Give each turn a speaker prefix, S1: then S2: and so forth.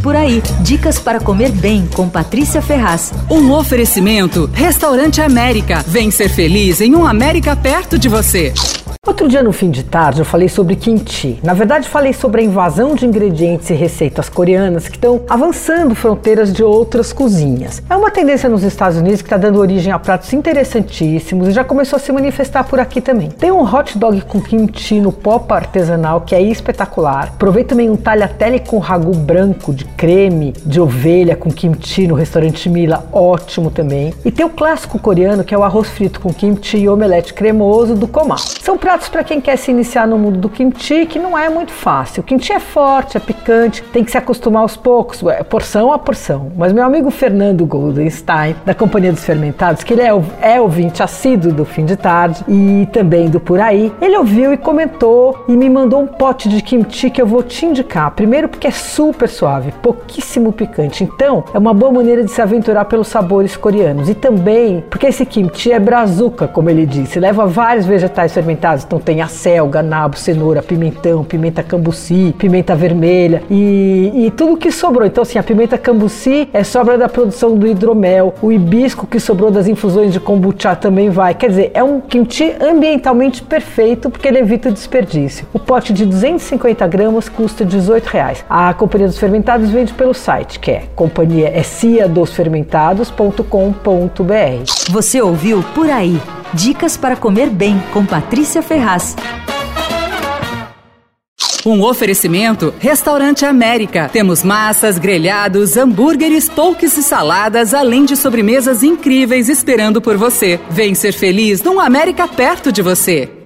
S1: Por Aí, dicas para comer bem com Patrícia Ferraz.
S2: Um oferecimento, Restaurante América. Vem ser feliz em um América perto de você.
S3: Outro dia no fim de tarde eu falei sobre kimchi. Na verdade falei sobre a invasão de ingredientes e receitas coreanas que estão avançando fronteiras de outras cozinhas. É uma tendência nos Estados Unidos que está dando origem a pratos interessantíssimos e já começou a se manifestar por aqui também. Tem um hot dog com kimchi no pop artesanal que é espetacular. Provei também um tagliatelle com ragu branco de creme de ovelha com kimchi no restaurante Mila, ótimo também. E tem o clássico coreano que é o arroz frito com kimchi e omelete cremoso do Koma. São pratos para quem quer se iniciar no mundo do kimchi, que não é muito fácil. O kimchi é forte, é picante, tem que se acostumar aos poucos, porção a porção. Mas meu amigo Fernando Goldenstein, da Companhia dos Fermentados, que ele é ouvinte assíduo do Fim de Tarde e também do Por Aí, ele ouviu e comentou e me mandou um pote de kimchi que eu vou te indicar. Primeiro porque é super suave, pouquíssimo picante, então é uma boa maneira de se aventurar pelos sabores coreanos. E também porque esse kimchi é brazuca, como ele disse, leva vários vegetais fermentados. Então tem acelga, nabo, cenoura, pimentão, pimenta cambuci, pimenta vermelha e tudo que sobrou. Então assim, a pimenta cambuci é sobra da produção do hidromel, o hibisco que sobrou das infusões de kombucha também vai. Quer dizer, é um kimchi ambientalmente perfeito porque ele evita o desperdício. O pote de 250 gramas custa R$18. A Companhia dos Fermentados vende pelo site, que é ciadosfermentados.com.br.
S1: Você ouviu Por Aí, dicas para comer bem com Patrícia Ferraz.
S2: Um oferecimento, Restaurante América. Temos massas, grelhados, hambúrgueres, poutes e saladas, além de sobremesas incríveis esperando por você. Vem ser feliz num América perto de você.